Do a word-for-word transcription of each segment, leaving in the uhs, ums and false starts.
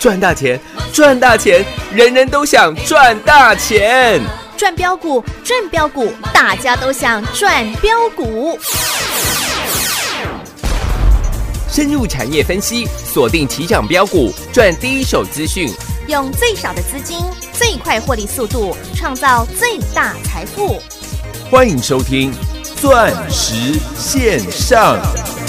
赚大钱，赚大钱，人人都想赚大钱。 赚标股，赚标股，大家都想赚标股。 深入产业分析，锁定起涨标股，赚第一手资讯， 用最少的资金，最快获利速度，创造最大财富。 欢迎收听钻石线上。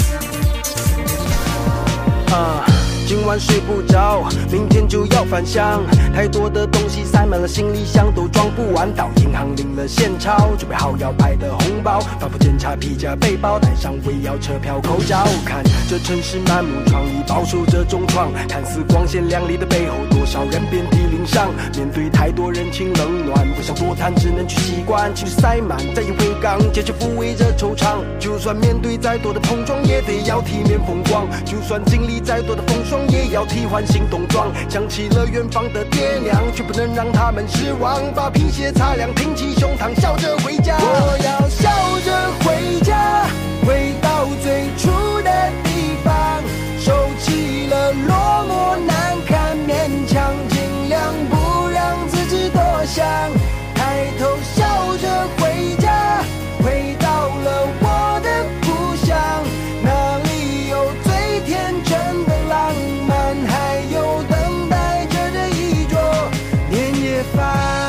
啊，今晚睡不着，明天就要返乡，太多的东西塞满了行李箱，都装不完。到银行领了现钞，准备好要拍的红包，反复检查皮夹背包，带上胃药车票口罩。看这城市满目疮痍，饱受这重创，看似光鲜亮丽的背后，多少人遍体鳞伤。面对太多人情冷暖，不想多谈，只能去习惯。情绪塞满，再也回港，结局抚慰着惆怅。就算面对再多的碰撞，也得要体面风光。就算经历再多的风霜，也要替换新冬装。想起了远方的爹娘，却不能让他们失望。把皮鞋擦亮，挺起胸膛，笑着回家。我要笑着回家，回到最初的地方，收起了落寞难堪，勉强尽量不让自己多想。抬头笑着回家，回到了我的故乡，那里有最天真的浪漫，还有等待着的一桌年夜饭。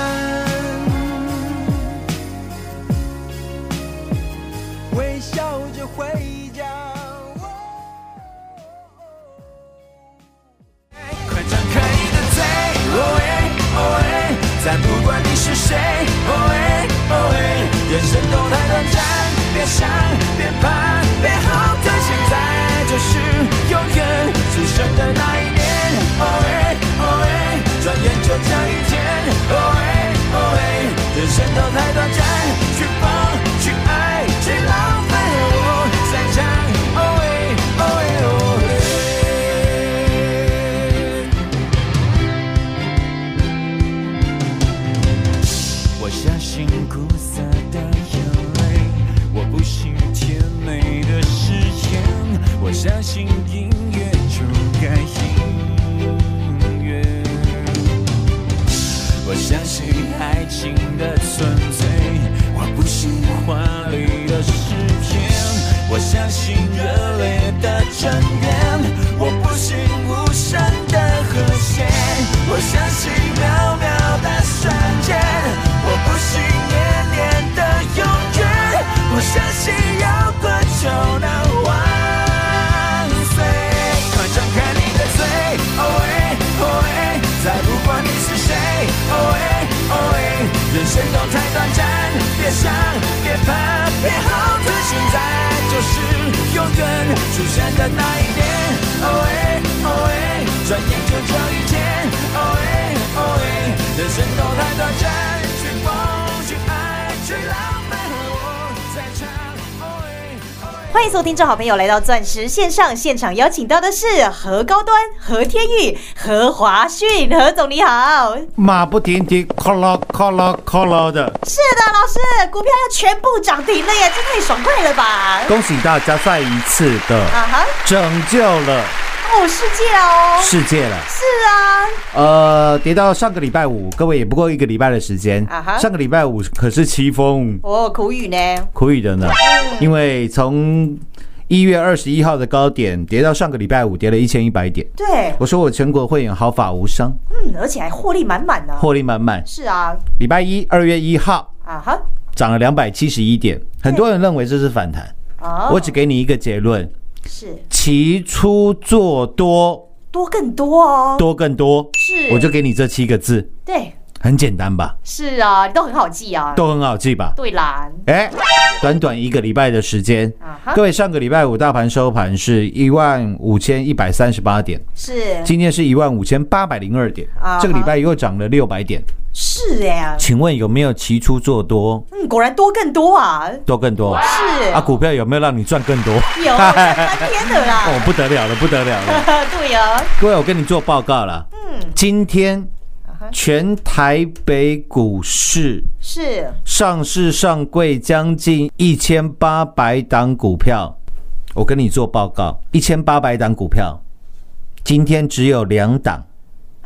微笑着回家。快张开你的嘴，哦哎哦哎，再不管你是谁，哦哎哦哎，人生都太短暂，别想别怕别后退，现在就是永远出生的那一年，哦哎哦哎，转眼就这一天，哦哎哦哎，人生都太短暂，去疯去爱去浪费，我在唱，哦哎哦哎哦哎。我相信苦涩的眼泪，我不信甜美的誓言，我相信音乐就该音乐，我相信爱情的纯粹，我不信华丽的诗篇，我相信热烈的正缘，我不信无声的和弦，我相信渺渺的瞬间，我不信年年的永远，我相信摇滚就能万岁。快张开你的嘴，哦哎哦哎，再不管你是谁，哦哎哦哎，人生都太短暂，别想别怕别后退，现在就是永远出现的那一年，哦哎哦哎，转眼就这一天，哦哎哦哎，人生都太短暂，去疯去爱去浪费，我在唱，哦哎哦哎。 欢迎所有听众好朋友来到钻石线上现场，邀请到的是何高端、何天玉、何华讯，何总你好。 马不停蹄，咔啦咔啦咔啦的。 是的，老师，股票要全部涨停了耶，这太爽快了吧！ 恭喜大家再一次的啊哈， 拯救了哦世界哦， 世界了。 是啊， 呃，跌到上个礼拜五，各位也不过一个礼拜的时间。 啊哈， 上个礼拜五可是凄风哦，苦雨呢， 苦雨的呢，嗯、因为从一月二十一号的高点跌到上个礼拜五，跌了一千一百点。 对， 我说我全国会员毫发无伤， 嗯，而且还获利满满呢， 获利满满。 是啊， 礼拜一二月一号啊哈， 涨了两百七十一点，很多人认为这是反弹， 哦， 我只给你一个结论。 是期初做多， 多更多哦， 多更多， 是，我就给你这七个字， 对， 很简单吧？ 是啊，都很好记啊， 都很好记吧？ 对啦， 哎，短短一个礼拜的时间， 啊、 各位上个礼拜五大盘收盘是一万五千一百三十八点， 是， 今天是一万五千八百零二点， 啊、 这个礼拜又涨了六百点。 是哎， 请问有没有期初做多？ 嗯，果然多更多啊， 多更多是啊，股票有没有让你赚更多？ 有，赚翻天的啦！ 哦，不得了了，不得了了！ 对啊， 各位，我跟你做报告了。嗯，今天全台北股市是上市上柜将近一千八百档股票，我跟你做报告，一千八百档股票，今天只有两档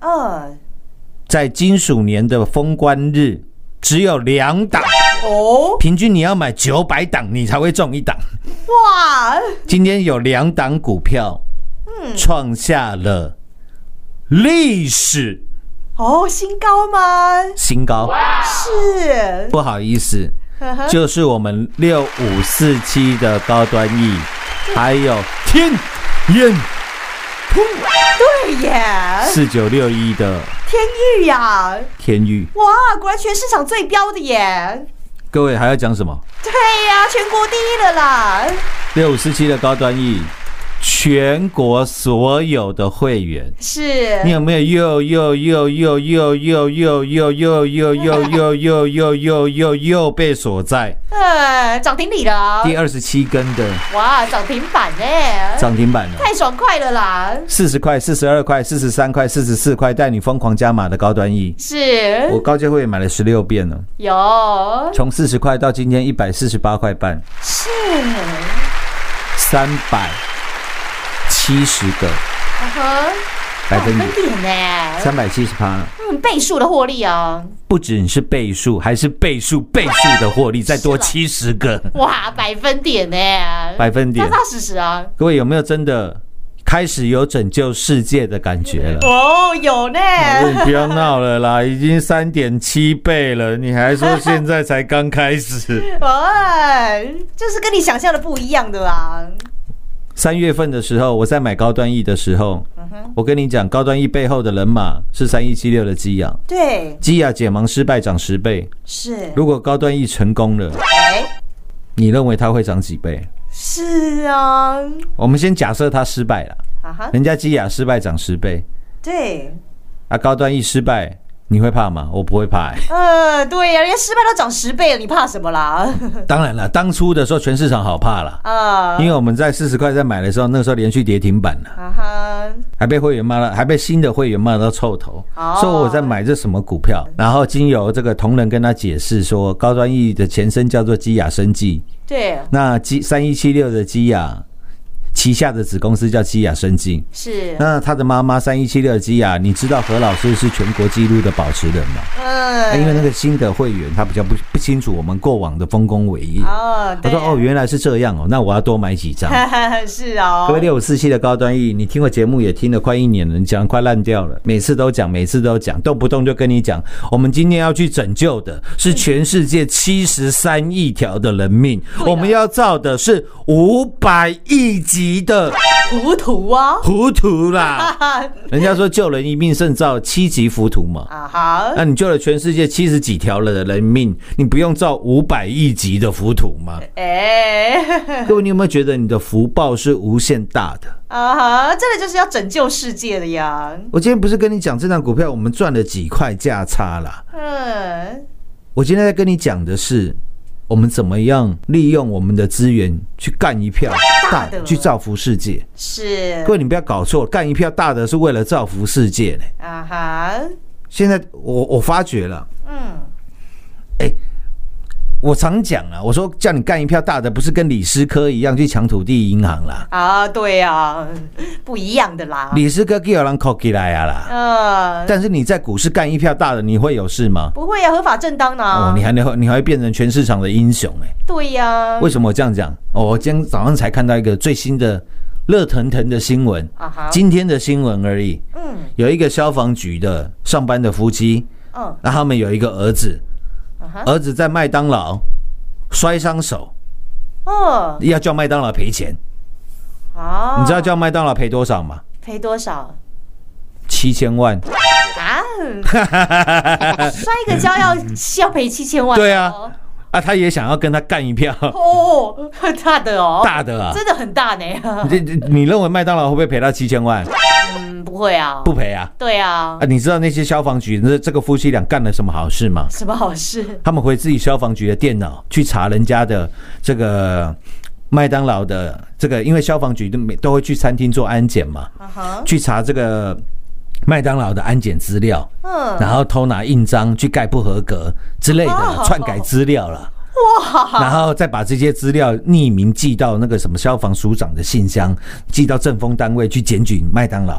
嗯， 在金属年的封关日只有两档哦， 平均你要买九百档你才会中一档。 哇， 今天有两档股票创下了历史哦，新高吗？ 新高， 是， 不好意思，就是我们六五四七的高端 E， 还有天眼对耶， 四九六一的天域呀， 天域， 哇，果然全市场最标的耶。 各位还要讲什么？ 对呀，全国第一了啦。 六五四七的高端 E， 全国所有的会员， 是你有没有又又又又又又又又又又又又又又又又又被锁在？ 呃，涨停里了。 第二十七根的， 哇，涨停板哎， 涨停板了， 太爽快了啦！ 四十块、四十二块、四十三块、四十四块，带你疯狂加码的高端 E， 是我高阶会员买了十六遍了， 有从四十块到今天一百四十八块半， 是三百七十个百分点呢， 三百七十趴， 嗯，倍数的获利啊！ 不只是倍数，还是倍数倍数的获利，再多七十个， 哇，百分点呢， 百分点， 扎扎实实啊！ 各位有没有真的开始有拯救世界的感觉了？ 哦，有呢。 你不要闹了啦，已经 三点七 倍了，你还说现在才刚开始？ 哎，就是跟你想象的不一样的啦。 三月份的时候，我在买高端 E 的时候，我跟你讲，高端 E 背后的人马是三一七六的基亚， 对， 基亚解盲失败涨十倍， 是。 如果高端 E 成功了，你认为它会涨几倍？ 是啊， 我们先假设它失败了， 啊哈， 人家基亚失败涨十倍， 对， 啊，高端 E 失败，你会怕吗？我不会怕、欸。 呃，对呀、啊，人家失败都涨十倍了，你怕什么啦？ 当然了，当初的时候全市场好怕啦，啊，因为我们在四十块在买的时候，那个时候连续跌停板了，啊哈，还被会员骂了，还被新的会员骂到臭头，哦、说我在买这什么股票，然后经由这个同仁跟他解释说，高端 E 的前身叫做基亚生技，对，那基三一七六的基亚。旗下的子公司叫基亚生技，是。那他的妈妈三一七六的基亚，你知道何老师是全国纪录的保持人吗？嗯。因为那个新的会员他比较不不清楚我们过往的丰功伟业哦，他说哦原来是这样哦，那我要多买几张。是哦。各位六五四七的高端 E， 你听我节目也听了快一年了，你讲快烂掉了，每次都讲，每次都讲，动不动就跟你讲，我们今天要去拯救的是全世界七十三亿条的人命，我们要造的是五百亿级。的糊涂啊， 糊涂啦！人家说救人一命胜造七级浮屠嘛。啊哈，那你救了全世界七十几条的人命，你不用造五百亿级的浮屠吗？哎，各位，你有没有觉得你的福报是无限大的？ 啊哈，这个就是要拯救世界的呀！ 我今天不是跟你讲这张股票我们赚了几块价差啦？嗯，我今天在跟你讲的是。我们怎么样利用我们的资源去干一票大的，去造福世界？是，各位你不要搞错，干一票大的是为了造福世界呢。啊哈！现在我我发觉了，嗯，哎、欸，我常讲啊，我说叫你干一票大的，不是跟李师科一样去抢土地银行啦。啊，对啊，不一样的啦。李师科给有人扣起来啊啦。嗯。但是你在股市干一票大的，你会有事吗？ 不会啊，合法正当的、啊。哦， 你还能你还会变成全市场的英雄哎、欸。 对呀、啊。 为什么我这样讲？哦，我今天早上才看到一个最新的热腾腾的新闻，啊、今天的新闻而已。嗯。有一个消防局的上班的夫妻，嗯，那他们有一个儿子。儿子在麦当劳摔伤手，哦，要叫麦当劳赔钱。哦，你知道叫麦当劳赔多少吗？ 赔多少？ 七千万啊！摔一个跤要要赔七千万？ 对啊，啊，他也想要跟他干一票。 哦，大的哦， 大的啊， 真的很大呢。 你你认为麦当劳会不会赔到七千万？ 嗯，不会啊， 不赔啊。 对啊， 啊，你知道那些消防局这这个夫妻俩干了什么好事吗？ 什么好事？ 他们回自己消防局的电脑去查人家的这个麦当劳的这个，因为消防局都都会去餐厅做安检嘛， uh-huh. 去查这个麦当劳的安检资料，嗯，然后偷拿印章去盖不合格之类的， oh. 篡改资料了。哇！然后再把这些资料匿名寄到那个什么消防署长的信箱，寄到政风单位去检举麦当劳。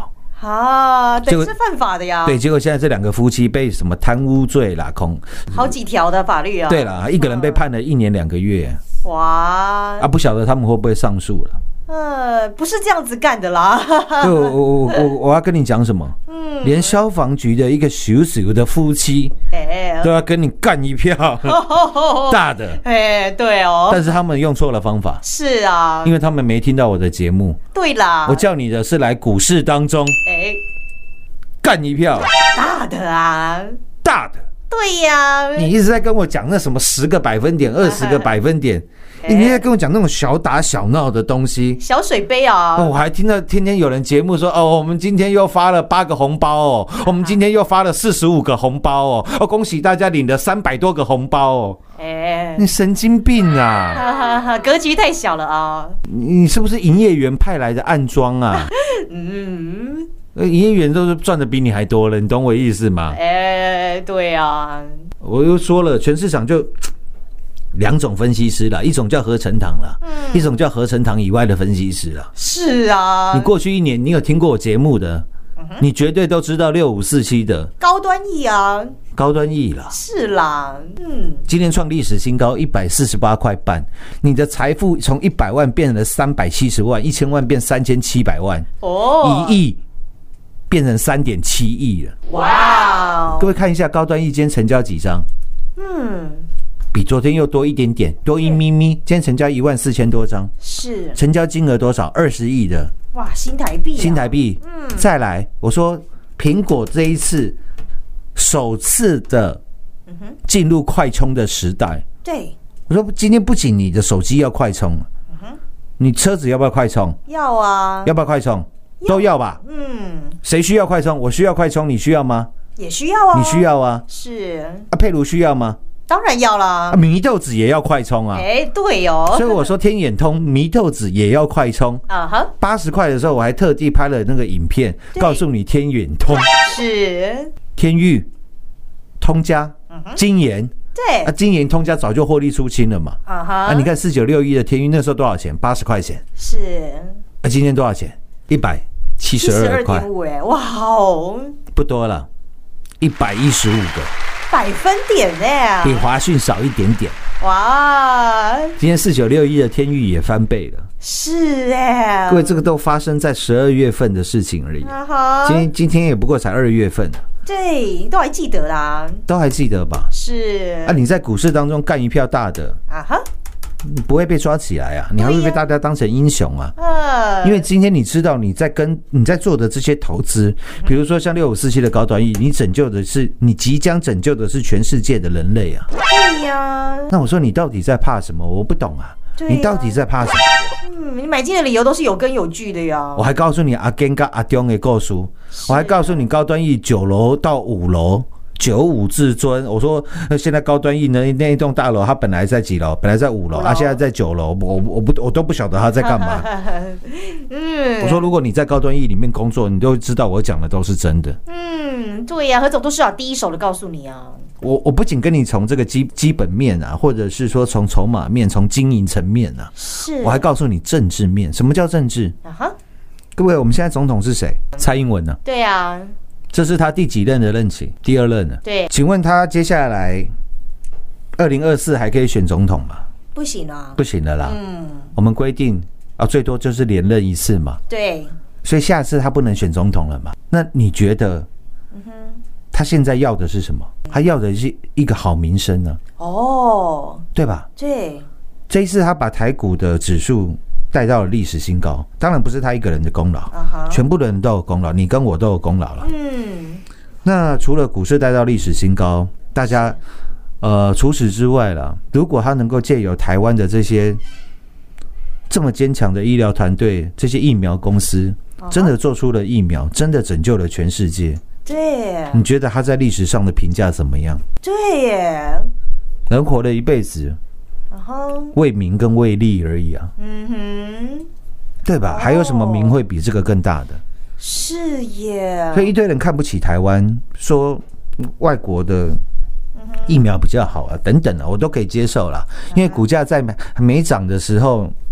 啊，对，是犯法的呀。 对，结果现在这两个夫妻被什么贪污罪啦，恐好几条的法律啊。 对啦，一个人被判了一年两个月。 哇！ 啊，不晓得他们会不会上诉了？ 呃，不是这样子干的啦。 对，我我我我要跟你讲什么？嗯，连消防局的一个咻咻的夫妻，哎，都要跟你干一票大的。 哎，对哦。 但是他们用错了方法。 是啊， 因为他们没听到我的节目。 对啦， 我叫你的是来股市当中，哎，干一票大的啊， 大的。 对呀， 你一直在跟我讲那什么十个百分点、二十个百分点。你在跟我讲那种小打小闹的东西， 小水杯啊！ 哦、我还听到天天有人节目说，哦，我们今天又发了八个红包哦，我们今天又发了四十五个红包哦，哦，恭喜大家领了三百多个红包哦！哎，你神经病啊！ 哈哈哈，格局太小了啊！ 你是不是营业员派来的暗桩啊？嗯，营业员都是赚的比你还多了，你懂我意思吗？ 哎，对啊， 我又说了，全市场就两种分析师啦，一种叫合成堂啦，嗯、一种叫合成堂以外的分析师啦。 是啊， 你过去一年你有听过我节目的，嗯、你绝对都知道六五四七的高端 E 啊， 高端 E 啦， 是啦，嗯， 今天创历史新高一百四十八块半，你的财富从一百万变成了三百七十万，一千万变三千七百万，哦，一亿变成三点七亿了，哇！各位看一下高端 E 今天成交几张？嗯。比昨天又多一点点，多一咪咪。今天成交一万四千多张，是成交金额多少？二十亿的， 哇，新台币、啊， 新台币。嗯，再来，我说苹果这一次首次的进入快充的时代。 对， 我说今天不仅你的手机要快充，嗯、你车子要不要快充？ 要啊， 要不要快充？都要吧。嗯，谁需要快充？我需要快充，你需要吗？ 也需要啊， 你需要啊。 是啊，佩如需要吗？ 当然要啦， 啊，祢豆子也要快充啊！ 哎，对哦， 所以我说天眼通祢豆子也要快充啊哈！八十块的时候，我还特地拍了那个影片，告诉你天眼通是天域、通家、金研，对啊，金研、通家早就获利出清了嘛啊哈！啊，你看四九六一的天域那时候多少钱？八十块钱是啊，今天多少钱？一百七十二块， 哎，哇哦， 不多了，一百一十五个。 百分点呢， 比华讯少一点点。哇！今天四九六一的天域也翻倍了。 是哎， 各位，这个都发生在十二月份的事情而已。Uh-huh. 今天今天也不过才二月份。 对，都还记得啦。 都还记得吧？ 是。 啊，你在股市当中干一票大的啊哈。Uh-huh.你不会被抓起来啊，你还会被大家当成英雄啊！因为今天你知道你在跟你在做的这些投资，比如说像六五四七的高端 E， 你拯救的是你即将拯救的是全世界的人类啊！ 对呀。那我说你到底在怕什么？我不懂啊！你到底在怕什么？ 嗯，你买进的理由都是有根有据的呀。 我还告诉你阿根跟阿中的故事，我还告诉你高端 E 九楼到五楼。九五至尊，我说现在高端 E 呢那一栋大楼，它本来在几楼？本来在五楼，它现在在九楼，我我不我都不晓得它在干嘛。嗯，我说如果你在高端 E 里面工作，你都知道我讲的都是真的。 嗯，对呀、啊，何总都是要第一手的告诉你啊。 我我不仅跟你从这个基基本面啊，或者是说从筹码面、从经营层面啊，是，我还告诉你政治面。什么叫政治？啊哈，各位，我们现在总统是谁？蔡英文呢、啊？ 对啊。 这是他第几任的任期？第二任了。 对， 请问他接下来二零二四还可以选总统吗？ 不行啊， 不行了啦。嗯，我们规定啊，最多就是连任一次嘛。 对， 所以下次他不能选总统了嘛？那你觉得，嗯哼，他现在要的是什么？他要的是一个好名声呢、啊。哦，对吧？ 对， 这一次他把台股的指数带到了历史新高，当然不是他一个人的功劳， uh-huh. 全部的人都有功劳，你跟我都有功劳了。嗯，那除了股市带到历史新高，大家呃除此之外啦，如果他能够借由台湾的这些这么坚强的医疗团队，这些疫苗公司真的做出了疫苗，真的拯救了全世界。 对， 你觉得他在历史上的评价怎么样？ 对耶， 人活了一辈子。为名跟为利而已啊，嗯哼，对吧？还有什么名会比这个更大的？ 是耶。 所以一堆人看不起台湾，说外国的疫苗比较好啊，等等啊，我都可以接受啦。因为股价在没涨的时候，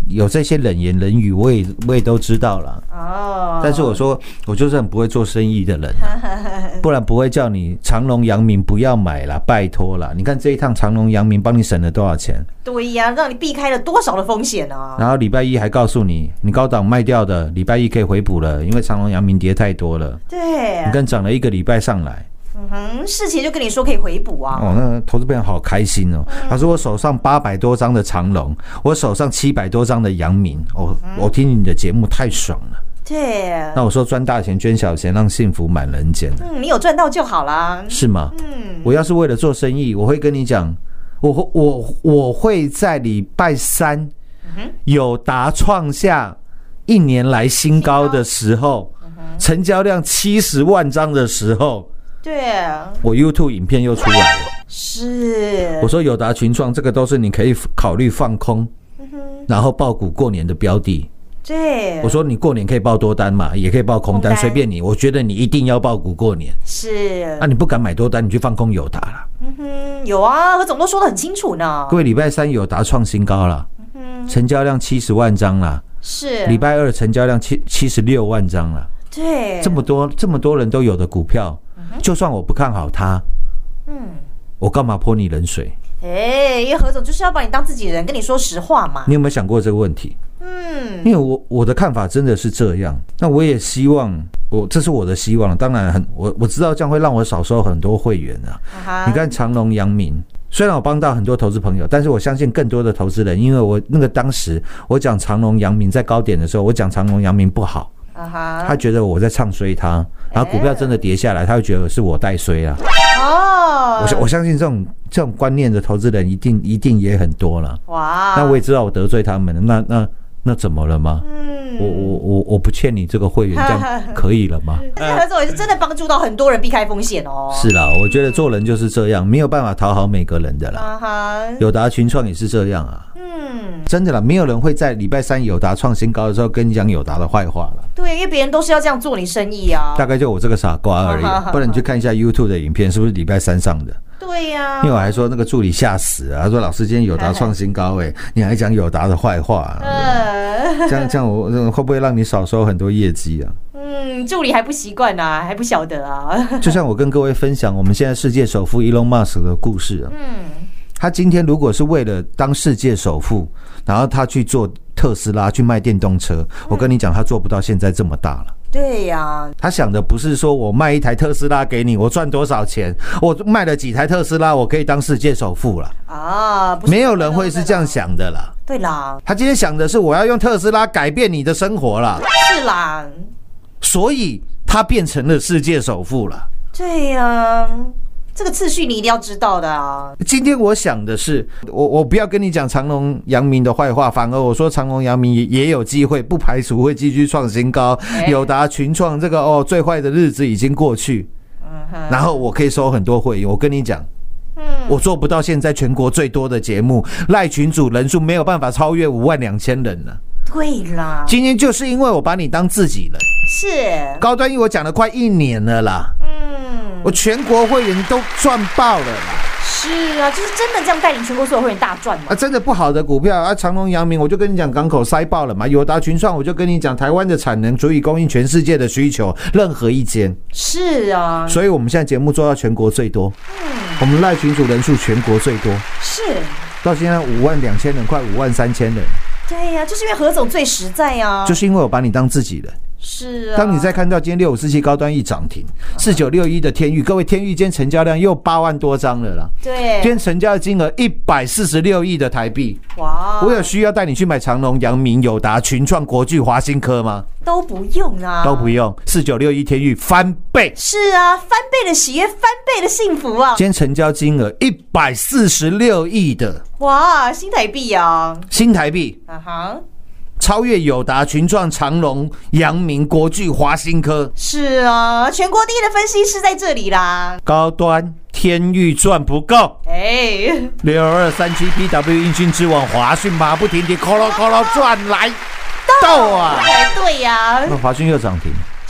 有这些冷言冷语，我也我也都知道了。哦，但是我说我就是很不会做生意的人、啊，不然不会叫你长荣、阳明不要买啦，拜托啦！你看这一趟长荣、阳明帮你省了多少钱？ 对呀、啊，让你避开了多少的风险啊！ 然后礼拜一还告诉你，你高档卖掉的礼拜一可以回补了，因为长荣、阳明跌太多了。 对， 你看涨了一个礼拜上来。 嗯哼，事前就跟你说可以回补啊！ 哦，那投资朋友好开心哦。嗯、他说我手上八百多张的长荣，我手上七百多张的阳明，哦，嗯、我听你的节目太爽了。 对， 那我说赚大钱捐小钱，让幸福满人间。 嗯，你有赚到就好啦。 是吗？嗯，我要是为了做生意，我会跟你讲，我我我会在礼拜三，友达创下一年来新高的时候，嗯、成交量七十万张的时候。 对， 我 YouTube 影片又出来了。 是， 我说友达群创这个都是你可以考虑放空，嗯、然后抱股过年的标的。 对， 我说你过年可以抱多单嘛，也可以抱空单，随便你。我觉得你一定要抱股过年。 是， 那、啊、你不敢买多单，你去放空友达了。 嗯哼，有啊，何总都说得很清楚呢。 各位，礼拜三友达创新高了，嗯、成交量七十万张了。 是， 礼拜二成交量七七十六万张了。 对， 这么多这么多人都有的股票。就算我不看好他，嗯，我干嘛泼你冷水？ 哎、欸，因为何总就是要把你当自己人，跟你说实话嘛。 你有没有想过这个问题？嗯，因为我我的看法真的是这样。那我也希望，我这是我的希望。当然很，我我知道这样会让我少收很多会员啊。Uh-huh. 你看长荣、阳明，虽然我帮到很多投资朋友，但是我相信更多的投资人，因为我那个当时我讲长荣、阳明在高点的时候，我讲长荣、阳明不好。Uh-huh. 他觉得我在唱衰他，然后股票真的跌下来，他会觉得是我带衰啊。哦、oh. ，我我相信这种这种观念的投资人一定一定也很多了。哇，那我也知道我得罪他们了，那那那怎么了吗？嗯，我我我我不欠你这个会员，这样可以了吗？ 但是何总也是真的帮助到很多人避开风险哦。 是啦，我觉得做人就是这样，没有办法讨好每个人的啦。Uh-huh. 友达群创也是这样啊。嗯，真的啦，没有人会在礼拜三友达创新高的时候跟你讲友达的坏话了。 对，因为别人都是要这样做你生意啊。 大概就我这个傻瓜而已，不然你去看一下 YouTube 的影片，是不是礼拜三上的？ 对呀、啊， 因为我还说那个助理吓死了，他说老师今天友达创新高哎、欸，你还讲友达的坏话、啊，这样这样我会不会让你少收很多业绩啊？ 嗯，助理还不习惯啊，还不晓得啊。 就像我跟各位分享我们现在世界首富 Elon Musk 的故事啊，嗯，他今天如果是为了当世界首富，然后他去做特斯拉去卖电动车，我跟你讲，他做不到现在这么大了。 对呀、啊， 他想的不是说我卖一台特斯拉给你，我赚多少钱，我卖了几台特斯拉，我可以当世界首富了啊！没有人会是这样想的啦。 对啦， 他今天想的是我要用特斯拉改变你的生活啦。 是啦， 所以他变成了世界首富了。 对呀、啊。这个次序你一定要知道的啊！ 今天我想的是，我我不要跟你讲长荣、阳明的坏话，反而我说长荣、阳明也也有机会，不排除会继续创新高。友达群创这个哦，最坏的日子已经过去，然后我可以收很多会员。我跟你讲，我做不到现在全国最多的节目，赖群组人数没有办法超越五万两千人了。 对啦， 今天就是因为我把你当自己人， 是高端 E 我讲了快一年了啦，嗯，我全国会员都赚爆了啦。 是啊，就是真的这样带领全国所有会员大赚嘛。 啊，真的不好的股票啊，长荣、阳明，我就跟你讲港口塞爆了嘛。友达群创，我就跟你讲台湾的产能足以供应全世界的需求，任何一间。 是啊， 所以我们现在节目做到全国最多，嗯，我们赖群组人数全国最多， 是到现在五万两千人，快五万三千人。 对呀、啊，就是因为何总最实在啊， 就是因为我把你当自己人。 是啊， 当你再看到今天六五四七高端 E 涨停，四九六一的天钰，各位天钰今天成交量又八万多张了啦。 对， 今天成交金额一百四十六亿的台币。哇！我有需要带你去买长荣、阳明、友达、群创、国巨、华新科吗？ 都不用啊， 都不用。四九六一天钰翻倍。 是啊，翻倍的喜悦，翻倍的幸福啊！ 今天成交金额一百四十六亿的， 哇，新台币啊， 新台币。啊哈。超越友达、群创、长荣、阳明、国巨、华新科。 是啊，全国第一的分析师在这里啦。 高端天钰赚不够，哎，六二三七 P W 英军之王华讯马不停蹄，扣咯扣咯赚来到啊！ 对呀、啊， 那华讯又涨停。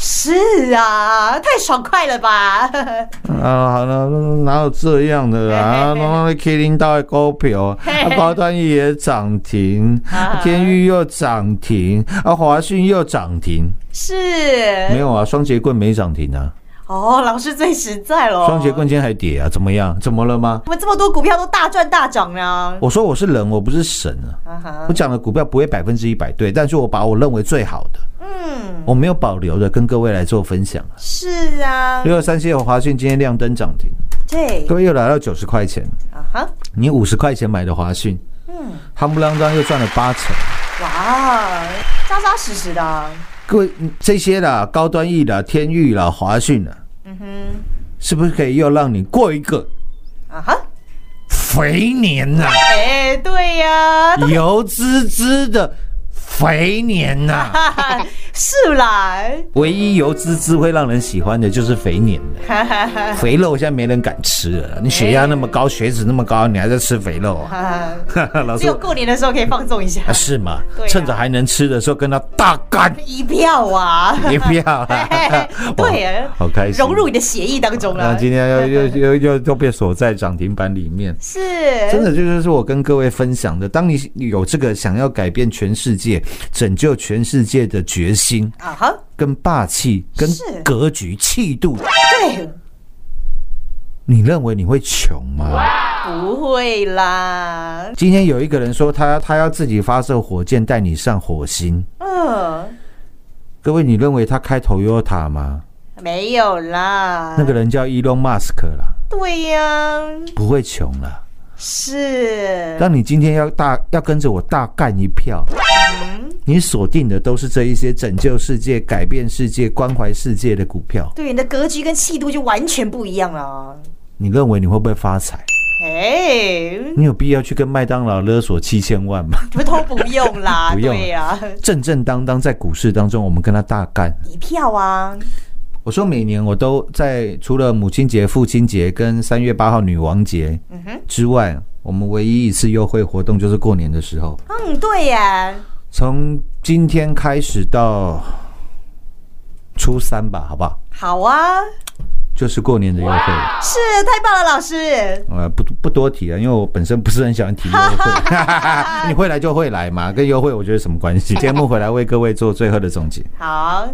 是啊，太爽快了吧！ 啊，好了，哪有这样的啊？那 K 零到的股票，啊，高端 E 也涨停，天钰又涨停，啊，华讯又涨停， 是没有啊？双节棍没涨停啊。 哦，老师最实在了。 双节棍今天还跌啊？怎么样？怎么了吗？ 我们这么多股票都大赚大涨啊！ 我说我是人，我不是神啊。Uh-huh. 我讲的股票不会百分之一百对，但是我把我认为最好的，嗯，我没有保留的跟各位来做分享。 是啊， 六二三七的华讯今天亮灯涨停， 对， 各位又来到九十块钱啊哈！ Uh-huh. 你五十块钱买的华讯，嗯，夯不啷当又赚了八成， 哇，扎扎实实的。 各位这些啦，高端 E 啦、天钰啦、华讯啦，嗯哼，是不是可以又让你过一个啊哈肥年呐、啊？ 哎、欸，对呀、啊， 油滋滋的肥年呐、啊， 是啦。 唯一油滋滋会让人喜欢的就是肥年的，肥肉现在没人敢吃了。你血压那么高，血脂那么高，你还在吃肥肉啊？ 老师只有过年的时候可以放纵一下， 啊是吗？啊、趁着还能吃的时候，跟他大干一票啊！ 一票、啊， 对啊， 好开心， 融入你的血液当中了。 啊、今天又又又又又被锁在涨停板里面， 是真的，这就是我跟各位分享的。当你有这个想要改变全世界、拯救全世界的决心啊哈，跟霸气、跟格局、气度， 对， 你认为你会穷吗？ 不会啦。 今天有一个人说他他要自己发射火箭带你上火星，嗯，各位你认为他开 Toyota 吗？ 没有啦， 那个人叫 Elon Musk 啦。 对呀、啊， 不会穷啦。 是， 当你今天要大要跟着我大干一票，嗯、你锁定的都是这一些拯救世界、改变世界、关怀世界的股票。 对，你的格局跟气度就完全不一样了。 你认为你会不会发财？ 哎， 你有必要去跟麦当劳勒索七千万吗？ 不都不用啦， 不用对呀、啊， 正正当当在股市当中，我们跟他大干一票啊！ 我说每年我都在除了母亲节、父亲节跟三月八号女王节之外，我们唯一一次优惠活动就是过年的时候。 嗯，对呀。从今天开始到初三吧，好不好？ 好啊。 就是过年的优惠， 是太棒了，老师。 呃，不不多提了，因为我本身不是很喜欢提优惠。你会来就会来嘛，跟优惠我觉得什么关系？节目回来为各位做最后的总结。 好。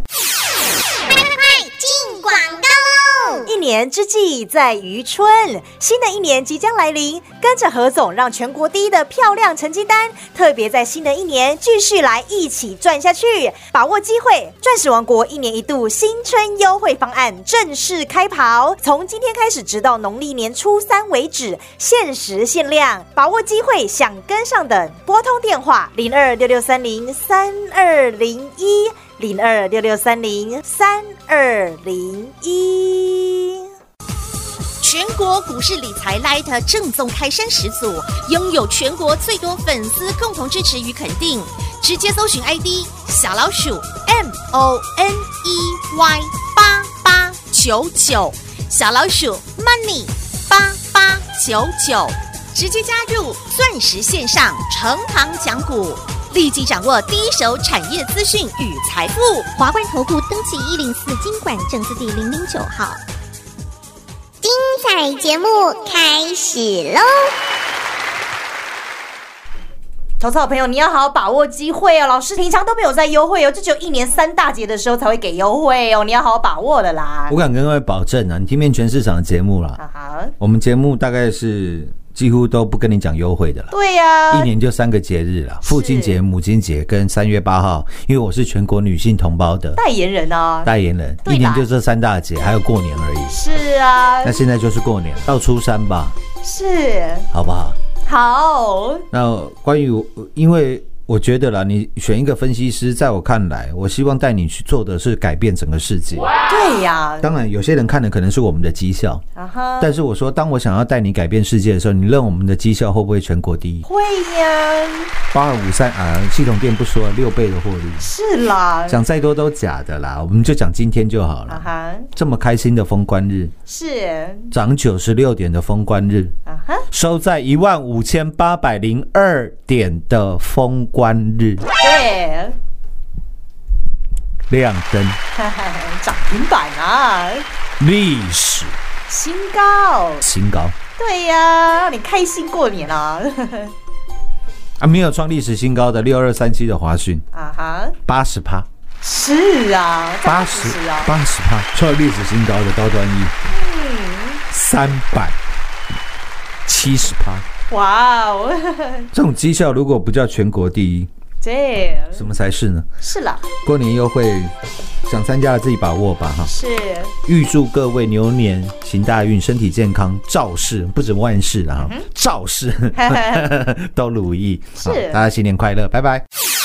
一年之计在于春，新的一年即将来临，跟着何总让全国第一的漂亮成绩单，特别在新的一年继续来一起赚下去，把握机会，钻石王国一年一度新春优惠方案正式开跑，从今天开始直到农历年初三为止，限时限量，把握机会，想跟上的拨通电话零二六六三零三二零一。零二六六三零三二零一， 全国股市理财 Lite 正宗开山始祖，拥有全国最多粉丝共同支持与肯定。直接搜寻 I D 小老鼠 M O N E Y 八八九九，小老鼠 Money 八八九九，直接加入钻石线上成行讲股。立即掌握第一手产业资讯与财富。 华冠投顾登记一零四金管证字第零零九号。精彩节目开始喽！ 投资好朋友，你要好好把握机会哦。老师平常都没有在优惠哦，就只有一年三大节的时候才会给优惠哦，你要好好把握的啦。 我敢跟各位保证啊，你听遍全市场的节目啦，啊、我们节目大概是几乎都不跟你讲优惠的了。 对呀、啊， 一年就三个节日啦，父亲节、母亲节跟三月八号，因为我是全国女性同胞的代言人啊， 代言人，一年就这三大节，还有过年而已。 是啊， 那现在就是过年，到初三吧， 是， 好不好？ 好。 那关于，因为我觉得啦，你选一个分析师，在我看来，我希望带你去做的是改变整个世界。 对呀， 当然有些人看的可能是我们的绩效， uh-huh. 但是我说，当我想要带你改变世界的时候，你认为我们的绩效会不会全国第一？ 会呀。 八二五三啊，系统店不说了，六倍的获利是啦， 讲再多都假的啦，我们就讲今天就好了。Uh-huh. 这么开心的封关日， 是涨九十六点的封关日， uh-huh. 收在一万五千八百零二点的封关日。 对， 亮灯， 涨停板啊， 历史新高， 新高。 对呀、啊，让你开心过年啊！ 啊，没有创历史新高的六二三七的华讯啊哈，八十趴， 是啊， 八十啊，八十趴创历史新高的高端 E， 嗯，三百七十趴，哇哦！这种绩效如果不叫全国第一，这什么才是呢？ 是啦， 过年优惠，想参加的自己把握吧哈。 是， 预祝各位牛年行大运，身体健康，兆事不止万事啊，嗯、兆事都如意。是，大家新年快乐，拜拜。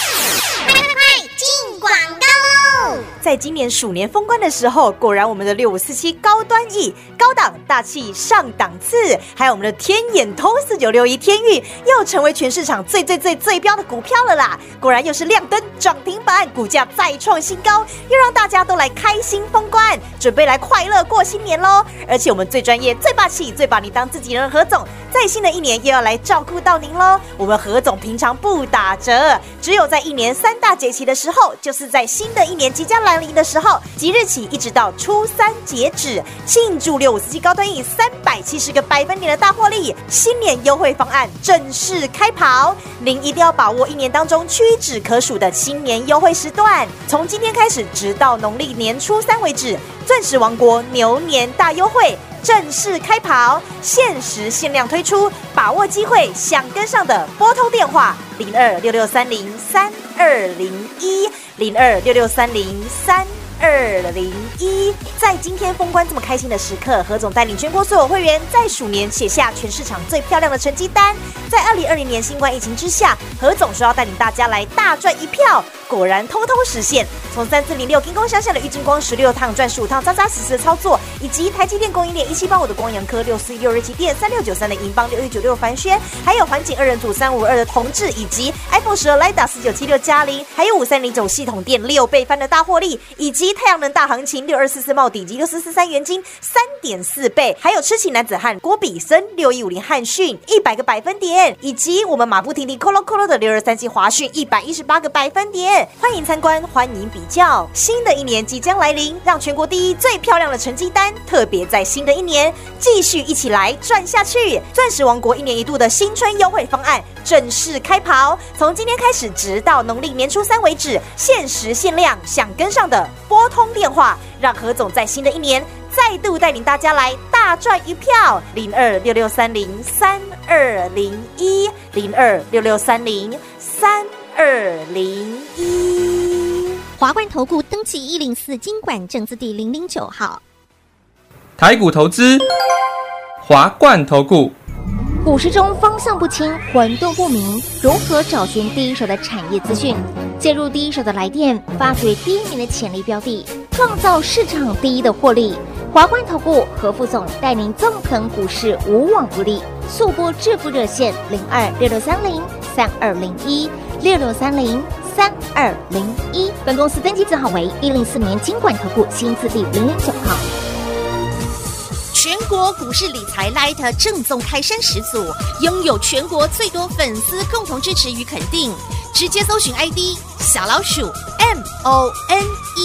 在今年鼠年封关的时候，果然我们的六五四七高端 E 高档大气上档次，还有我们的天眼通四九六一天钰又成为全市场最最最最标的股票了啦！果然又是亮灯涨停板，股价再创新高，又让大家都来开心封关，准备来快乐过新年喽！而且我们最专业、最霸气、最把你当自己人的何总，在新的一年又要来照顾到您喽！我们何总平常不打折，只有在一年三大节气的时候，就是在新的一年即将来临的时候，即日起一直到初三截止，庆祝六五四七高端 E 三百七十个百分点的大获利，新年优惠方案正式开跑，您一定要把握一年当中屈指可数的新年优惠时段，从今天开始直到农历年初三为止，钻石王国牛年大优惠正式开跑，限时限量推出，把握机会，想跟上的拨通电话零二六六三零三二零一零二六六三零三二零一。在今天封关这么开心的时刻，何总带领全国所有会员在鼠年写下全市场最漂亮的成绩单。在二零二零年新冠疫情之下，何总说要带领大家来大赚一票，果然通通实现。从三四零六金光乡下的玉金光十六趟赚十五趟，扎扎实实的操作，以及台积电供应链一七八五的光阳科六四一六日积电三六九三的银邦六一九六凡轩，还有环景二人组三五二的同志，以及 iPhone 十二 Lida 四九七六嘉玲，还有五三零九系统店六倍翻的大获利，以及太阳能大行情六二四四茂底及六四四三元金三点四倍，还有痴情男子汉郭比森六一五零汉讯一百个百分点，以及我们马不停蹄 Colo Colo 的六二三七华讯一百一十八个百分点。欢迎参观，欢迎比较。新的一年即将来临，让全国第一最漂亮的成绩单，特别在新的一年继续一起来赚下去。钻石王国一年一度的新春优惠方案正式开跑，从今天开始直到农历年初三为止，限时限量，想跟上的拨通电话，让何总在新的一年再度带领大家来大赚一票。零二六六三零三二零一零二六六三零三二零一。 华冠投顾登记一零四金管证字第零零九号。 台股投资，华冠投顾。 股市中方向不清、混沌不明，如何找寻第一手的产业资讯？介入第一手的来电，发掘第一名的潜力标的，创造市场第一的获利。华冠投顾何副总带领纵横股市，无往不利。速播致富热线零二六六三零三二零一六六三零三二零一。本公司登记字号为一零四年金管投顾新字第零零九号。 全国股市理财 Lite 正宗开山始祖，拥有全国最多粉丝共同支持与肯定。直接搜寻 I D 小老鼠 M O N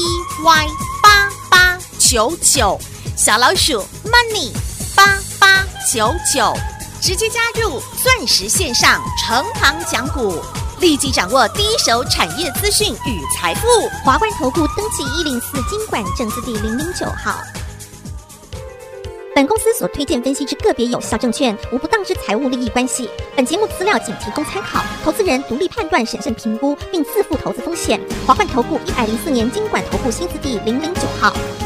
E Y 八八九九，小老鼠 Money 八八九九，直接加入钻石线上成行讲股，立即掌握第一手产业资讯与财富。 华冠投顾登记一零四金管证字第零零九号。本公司所推荐分析之个别有效证券，无不当之财务利益关系。本节目资料仅提供参考，投资人独立判断、审慎评估，并自负投资风险。华冠投顾一百零四年金管投顾新字第零零九号。